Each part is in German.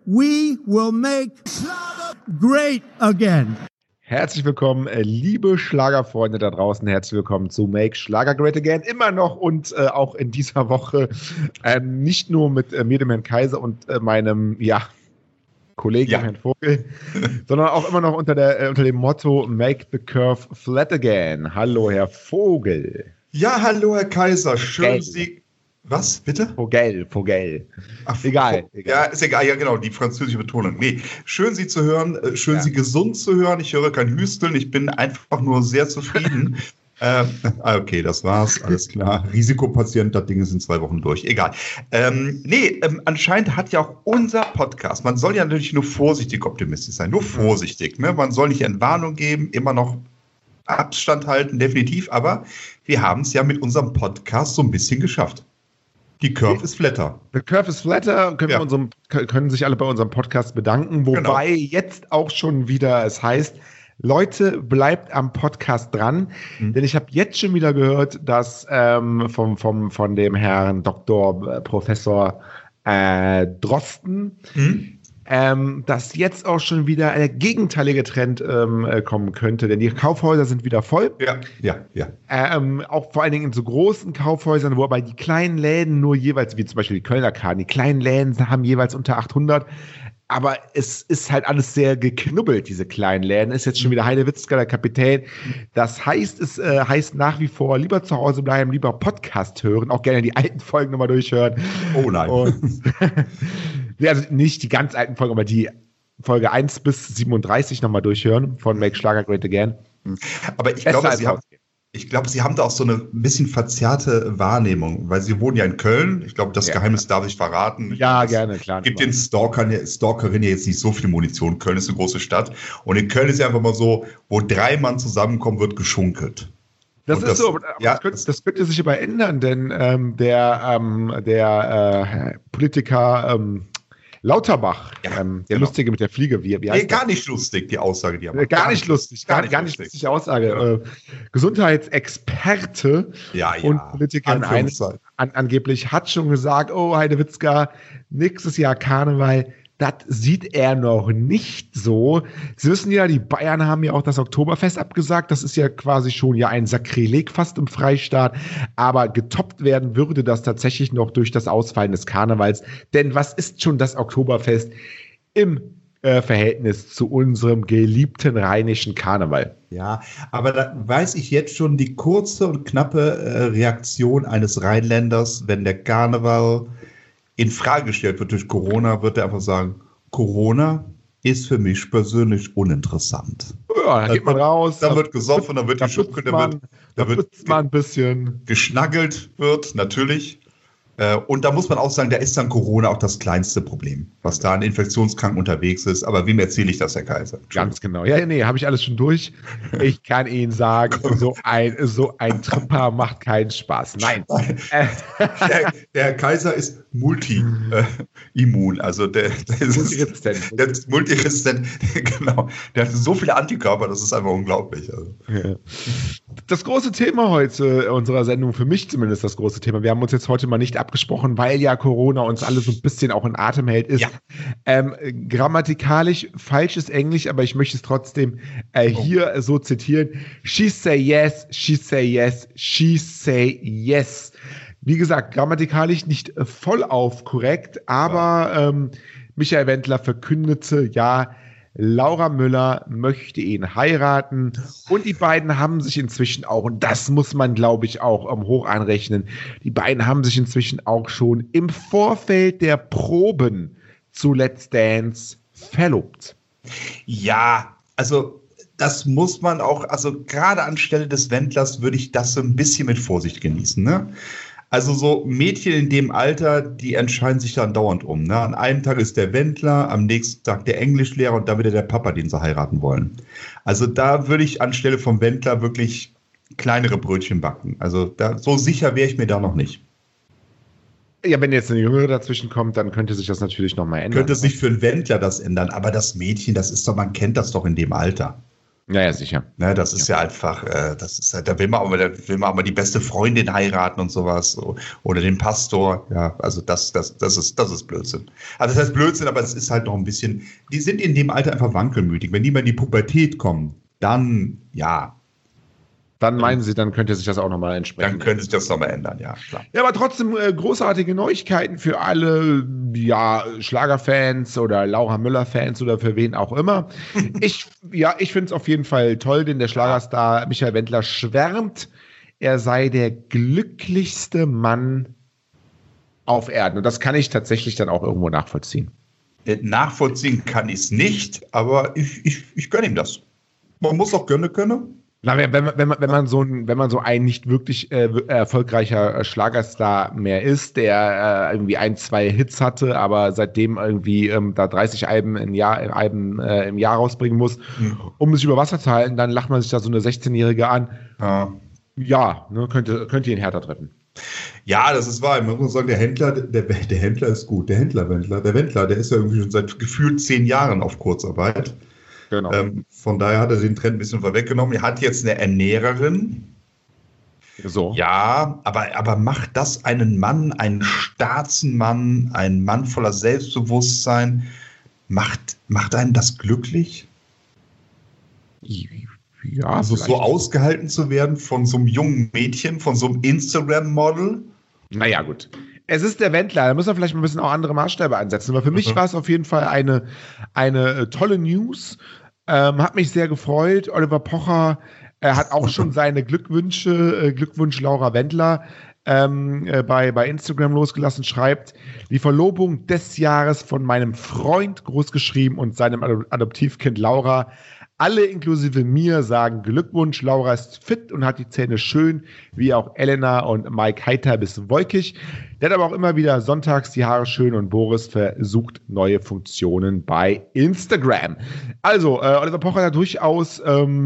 We will make Schlager great again. Herzlich willkommen, liebe Schlagerfreunde da draußen. Herzlich willkommen zu Make Schlager Great Again. Immer noch und auch in dieser Woche nicht nur mit mir, dem Herrn Kaiser und meinem Kollegen, Herrn Vogel, sondern auch immer noch unter dem Motto Make the Curve Flat Again. Hallo, Herr Vogel. Ja, hallo, Herr Kaiser. Schön, Sie... Was, bitte? Vogel. Ach, egal. Ja, ist egal. Ja, genau, die französische Betonung. Nee, schön, Sie zu hören, Sie gesund zu hören. Ich höre kein Hüsteln, ich bin einfach nur sehr zufrieden. Okay, das war's, alles klar. Risikopatient, das Ding ist in 2 Wochen durch. Egal. Anscheinend hat ja auch unser Podcast, man soll ja natürlich nur vorsichtig optimistisch sein, nur vorsichtig. Ne? Man soll nicht Entwarnung geben, immer noch Abstand halten, definitiv, aber wir haben es ja mit unserem Podcast so ein bisschen geschafft. Die Curve ist flatter. The Curve is flatter, können sich alle bei unserem Podcast bedanken, wobei jetzt auch schon wieder es heißt, Leute, bleibt am Podcast dran, denn ich habe jetzt schon wieder gehört, dass von dem Herrn Dr. Professor Drosten, dass jetzt auch schon wieder ein gegenteiliger Trend kommen könnte, denn die Kaufhäuser sind wieder voll. Ja. Auch vor allen Dingen in so großen Kaufhäusern, wobei die kleinen Läden nur jeweils, wie zum Beispiel die Kölner Kahn, die kleinen Läden haben jeweils unter 800. Aber es ist halt alles sehr geknubbelt, diese kleinen Läden. Ist jetzt schon wieder Heidewitzka, der Kapitän. Das heißt, es heißt nach wie vor, lieber zu Hause bleiben, lieber Podcast hören, auch gerne die alten Folgen nochmal durchhören. Oh nein. Also nicht die ganz alten Folgen, aber die Folge 1 bis 37 nochmal durchhören von Make Schlager Great Again. Aber ich glaube, Sie haben da auch so eine bisschen verzerrte Wahrnehmung, weil Sie wohnen ja in Köln. Ich glaube, das Geheimnis darf ich verraten. Gerne, klar. Gibt den Stalkerinnen jetzt nicht so viel Munition. Köln ist eine große Stadt. Und in Köln ist ja einfach mal so, wo 3 Mann zusammenkommen, wird geschunkelt. Das ist so, das könnte sich aber ändern, denn der Politiker Lauterbach, der Lustige mit der Fliege, wie heißt gar nicht lustig, die Aussage, die er macht. Gar nicht lustige Aussage. Gesundheitsexperte und Politiker angeblich hat schon gesagt, oh, Heidewitzka, nächstes Jahr Karneval, das sieht er noch nicht so. Sie wissen ja, die Bayern haben ja auch das Oktoberfest abgesagt. Das ist ja quasi schon ein Sakrileg fast im Freistaat. Aber getoppt werden würde das tatsächlich noch durch das Ausfallen des Karnevals. Denn was ist schon das Oktoberfest im Verhältnis zu unserem geliebten rheinischen Karneval? Ja, aber da weiß ich jetzt schon die kurze und knappe Reaktion eines Rheinländers, wenn der Karneval in Frage gestellt wird durch Corona, wird er einfach sagen, Corona ist für mich persönlich uninteressant. Ja, da geht man raus. Da wird gesoffen, da wird geschuckelt, da wird mal ein bisschen geschnaggelt wird, natürlich. Und da muss man auch sagen, da ist dann Corona auch das kleinste Problem, was da an Infektionskranken unterwegs ist. Aber wem erzähle ich das, Herr Kaiser? Ganz genau. Ja, nee, habe ich alles schon durch. Ich kann Ihnen sagen, so ein Tripper macht keinen Spaß. Nein. Der Herr Kaiser ist multi-immun. Also der ist multiresistent. Genau. Der hat so viele Antikörper, das ist einfach unglaublich. Also. Ja. Das große Thema heute unserer Sendung, für mich zumindest das große Thema, wir haben uns jetzt heute mal nicht abgesprochen, weil ja Corona uns alle so ein bisschen auch in Atem hält, ist grammatikalisch falsches Englisch, aber ich möchte es trotzdem hier so zitieren. She say yes, she say yes, she say yes. Wie gesagt, grammatikalisch nicht vollauf korrekt, aber Michael Wendler verkündete, Laura Müller möchte ihn heiraten und die beiden haben sich inzwischen auch, und das muss man, glaube ich, auch hoch anrechnen, die beiden haben sich inzwischen auch schon im Vorfeld der Proben zu Let's Dance verlobt. Ja, also das muss man auch, also gerade anstelle des Wendlers würde ich das so ein bisschen mit Vorsicht genießen, ne? Also so Mädchen in dem Alter, die entscheiden sich dann dauernd um. Ne? An einem Tag ist der Wendler, am nächsten Tag der Englischlehrer und dann wieder der Papa, den sie heiraten wollen. Also da würde ich anstelle vom Wendler wirklich kleinere Brötchen backen. Also so sicher wäre ich mir da noch nicht. Ja, wenn jetzt eine Jüngere dazwischen kommt, dann könnte sich das natürlich nochmal ändern. Könnte sich für einen Wendler das ändern, aber das Mädchen, das ist doch, man kennt das doch in dem Alter. Naja, sicher. Ne, das ist ja einfach, da will man aber die beste Freundin heiraten und sowas. So. Oder den Pastor. Ja, also das ist Blödsinn. Also das heißt Blödsinn, aber es ist halt noch ein bisschen, die sind in dem Alter einfach wankelmütig. Wenn die mal in die Pubertät kommen, dann, ja. Dann meinen Sie, dann könnte sich das auch nochmal entsprechend. Dann könnte sich das nochmal ändern, ja, klar. Ja, aber trotzdem großartige Neuigkeiten für alle, ja, Schlagerfans oder Laura Müller-Fans oder für wen auch immer. Ich finde es auf jeden Fall toll, denn der Schlagerstar Michael Wendler schwärmt, er sei der glücklichste Mann auf Erden. Und das kann ich tatsächlich dann auch irgendwo nachvollziehen. Nachvollziehen kann ich es nicht, aber ich gönne ihm das. Man muss auch gönnen können. Na, wenn man so ein nicht wirklich erfolgreicher Schlagerstar mehr ist, der irgendwie 1, 2 Hits hatte, aber seitdem irgendwie da 30 Alben im Jahr rausbringen muss, um sich über Wasser zu halten, dann lacht man sich da so eine 16-Jährige an. Ja, ne, könnte ihn härter treffen. Ja, das ist wahr. Man muss sagen, der Händler ist gut. Der Wendler, der ist ja irgendwie schon seit gefühlt 10 Jahren auf Kurzarbeit. Genau. Von daher hat er den Trend ein bisschen vorweggenommen. Er hat jetzt eine Ernährerin. So. Ja, aber macht das einen Mann, einen Staatsmann, einen Mann voller Selbstbewusstsein, macht einen das glücklich? Ja, also so ausgehalten zu werden von so einem jungen Mädchen, von so einem Instagram-Model? Naja, gut. Es ist der Wendler, da muss man vielleicht ein bisschen auch andere Maßstäbe ansetzen. Aber für mich war es auf jeden Fall eine tolle News. Hat mich sehr gefreut. Oliver Pocher hat auch schon seine Glückwünsche, Glückwunsch Laura Wendler bei Instagram losgelassen, schreibt, die Verlobung des Jahres von meinem Freund, großgeschrieben, und seinem Adoptivkind Laura. Alle inklusive mir sagen Glückwunsch, Laura ist fit und hat die Zähne schön, wie auch Elena und Mike heiter bis wolkig. Der hat aber auch immer wieder sonntags die Haare schön und Boris versucht neue Funktionen bei Instagram. Also, Oliver Pocher hat durchaus,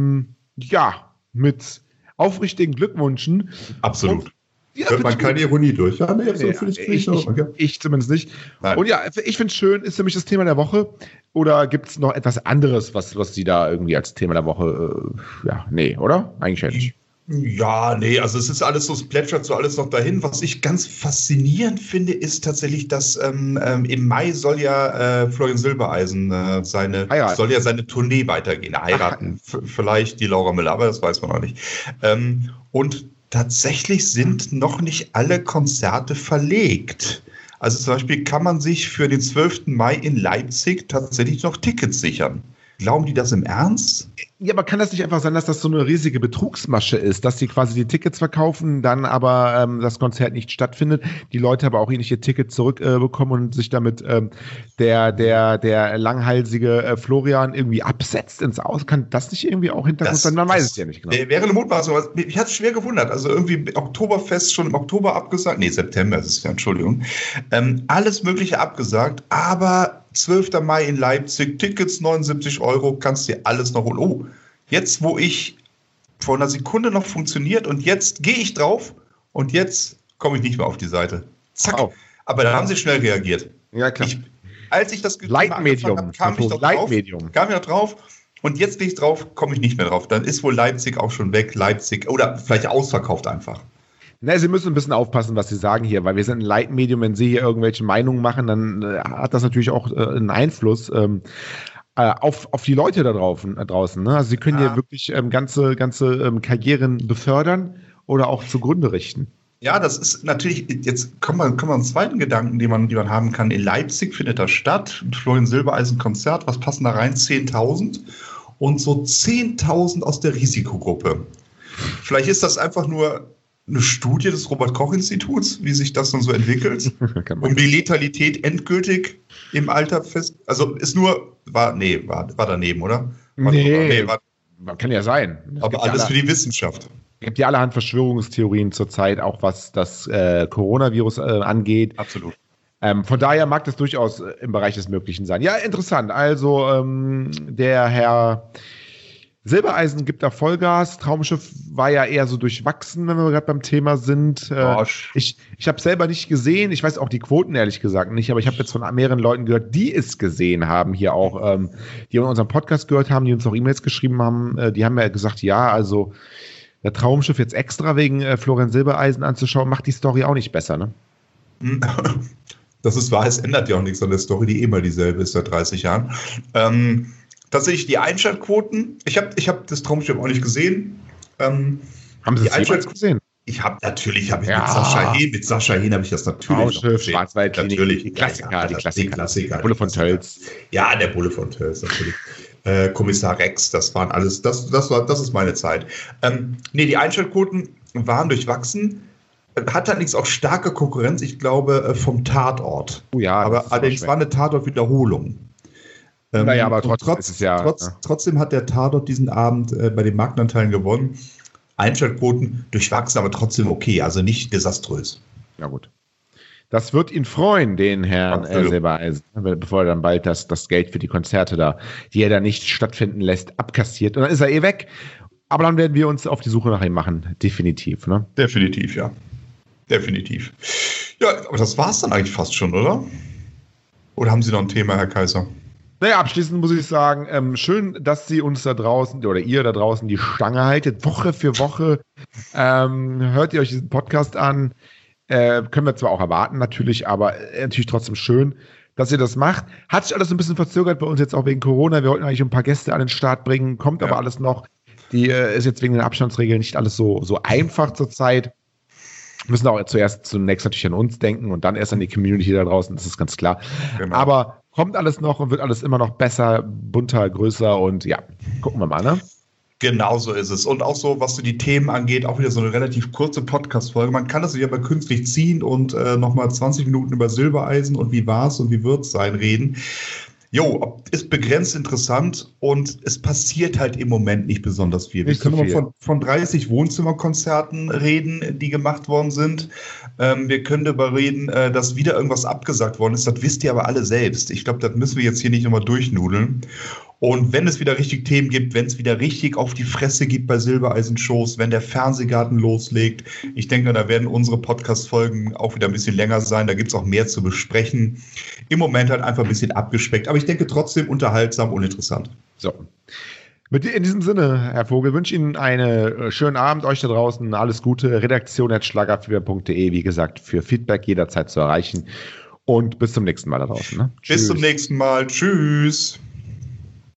mit aufrichtigen Glückwünschen. Absolut. Ja, hört man keine Ironie durch. Ja, nee, ich zumindest nicht. Nein. Und ja, ich finde es schön, ist für mich das Thema der Woche. Oder gibt es noch etwas anderes, was Sie da irgendwie als Thema der Woche, nee, oder? Eigentlich ja nicht. Ja, nee, also es ist alles so, es plätschert so alles noch dahin. Was ich ganz faszinierend finde, ist tatsächlich, dass im Mai soll ja Florian Silbereisen seine Tournee weitergehen, heiraten. Vielleicht die Laura Müller, aber das weiß man noch nicht. Und tatsächlich sind noch nicht alle Konzerte verlegt. Also zum Beispiel kann man sich für den 12. Mai in Leipzig tatsächlich noch Tickets sichern. Glauben die das im Ernst? Ja, aber kann das nicht einfach sein, dass das so eine riesige Betrugsmasche ist, dass die quasi die Tickets verkaufen, dann aber das Konzert nicht stattfindet, die Leute aber auch nicht ihr Ticket zurückbekommen und sich damit der langhalsige Florian irgendwie absetzt ins Aus? Kann das nicht irgendwie auch Hintergrund sein? Man weiß es ja nicht genau. Wäre eine Mutmaßung. Mich hat es schwer gewundert. Also irgendwie Oktoberfest schon im Oktober abgesagt. Nee, September ist es ja, Entschuldigung. Alles Mögliche abgesagt, aber 12. Mai in Leipzig, Tickets 79 €, kannst dir alles noch holen. Oh, jetzt, wo ich vor einer Sekunde noch funktioniert und jetzt gehe ich drauf und jetzt komme ich nicht mehr auf die Seite. Zack. Oh. Aber da haben sie schnell reagiert. Ja, klar. Als ich das Leitmedium habe, kam ich noch drauf und jetzt gehe ich drauf, komme ich nicht mehr drauf. Dann ist wohl Leipzig auch schon weg. Leipzig oder vielleicht ausverkauft einfach. Na, Sie müssen ein bisschen aufpassen, was Sie sagen hier, weil wir sind ein Leitmedium. Wenn Sie hier irgendwelche Meinungen machen, dann hat das natürlich auch einen Einfluss auf die Leute da draußen. Ne? Also Sie können hier wirklich ganze Karrieren befördern oder auch zugrunde richten. Ja, das ist natürlich, jetzt kommen wir einen zweiten Gedanken, den man haben kann. In Leipzig findet das statt, Florian Silbereisen Konzert, was passen da rein? 10.000 und so 10.000 aus der Risikogruppe. Vielleicht ist das einfach nur eine Studie des Robert-Koch-Instituts, wie sich das dann so entwickelt, um die Letalität endgültig im Alter fest. Also ist war daneben, oder? Kann ja sein. Aber alles für die Wissenschaft. Es gibt ja allerhand Verschwörungstheorien zurzeit, auch was das Coronavirus angeht. Absolut. Von daher mag das durchaus im Bereich des Möglichen sein. Ja, interessant. Also der Herr Silbereisen gibt da Vollgas. Traumschiff war ja eher so durchwachsen, wenn wir gerade beim Thema sind. Ich habe selber nicht gesehen. Ich weiß auch die Quoten ehrlich gesagt nicht, aber ich habe jetzt von mehreren Leuten gehört, die es gesehen haben, hier auch, die unseren Podcast gehört haben, die uns auch E-Mails geschrieben haben. Die haben ja gesagt, ja, also der Traumschiff jetzt extra wegen Florian Silbereisen anzuschauen, macht die Story auch nicht besser, ne? Das ist wahr, es ändert ja auch nichts an der Story, die immer dieselbe ist seit 30 Jahren. Tatsächlich die Einschaltquoten, ich hab das Traumschiff auch nicht gesehen. Haben Sie das jemals gesehen? Mit Sascha Hehn habe ich das natürlich Traumschiff, Schwarzwaldklinik, natürlich. Die Klassiker. Der Bulle von Tölz. Ja, der Bulle von Tölz, natürlich. Kommissar Rex, das waren alles, das ist meine Zeit. Die Einschaltquoten waren durchwachsen. Hat halt nichts, auch starke Konkurrenz, ich glaube, vom Tatort. Oh ja, aber allerdings war eine Tatort-Wiederholung. Naja, aber trotzdem hat der Tatort diesen Abend bei den Marktanteilen gewonnen. Einschaltquoten durchwachsen, aber trotzdem okay, also nicht desaströs. Ja gut. Das wird ihn freuen, den Herrn Silbereisen, bevor er dann bald das Geld für die Konzerte da, die er da nicht stattfinden lässt, abkassiert. Und dann ist er weg. Aber dann werden wir uns auf die Suche nach ihm machen. Definitiv, ne? Definitiv, ja. Definitiv. Ja, aber das war's dann eigentlich fast schon, oder? Oder haben Sie noch ein Thema, Herr Kaiser? Naja, abschließend muss ich sagen, schön, dass Sie uns da draußen oder ihr da draußen die Stange haltet. Woche für Woche hört ihr euch diesen Podcast an. Können wir zwar auch erwarten natürlich, aber natürlich trotzdem schön, dass ihr das macht. Hat sich alles ein bisschen verzögert bei uns jetzt auch wegen Corona. Wir wollten eigentlich ein paar Gäste an den Start bringen, kommt aber alles noch. Die ist jetzt wegen den Abstandsregeln nicht alles so einfach zurzeit. Müssen auch zunächst natürlich an uns denken und dann erst an die Community da draußen, das ist ganz klar. Genau. Aber kommt alles noch und wird alles immer noch besser, bunter, größer und ja, gucken wir mal, ne? Genau so ist es. Und auch so, was so die Themen angeht, auch wieder so eine relativ kurze Podcast-Folge. Man kann das ja mal künstlich ziehen und nochmal 20 Minuten über Silbereisen und wie war's und wie wird's sein reden. Jo, ist begrenzt interessant und es passiert halt im Moment nicht besonders viel. Wir können mal von 30 Wohnzimmerkonzerten reden, die gemacht worden sind. Wir können darüber reden, dass wieder irgendwas abgesagt worden ist. Das wisst ihr aber alle selbst. Ich glaube, das müssen wir jetzt hier nicht nochmal durchnudeln. Und wenn es wieder richtig Themen gibt, wenn es wieder richtig auf die Fresse gibt bei Silbereisen-Shows, wenn der Fernsehgarten loslegt, ich denke, da werden unsere Podcast-Folgen auch wieder ein bisschen länger sein. Da gibt es auch mehr zu besprechen. Im Moment halt einfach ein bisschen abgespeckt. Aber ich denke trotzdem unterhaltsam und interessant. So. In diesem Sinne, Herr Vogel, wünsche Ihnen einen schönen Abend, euch da draußen. Alles Gute. Redaktion@schlagerfieber.de, wie gesagt, für Feedback jederzeit zu erreichen. Und bis zum nächsten Mal da draußen. Ne? Bis zum nächsten Mal. Tschüss.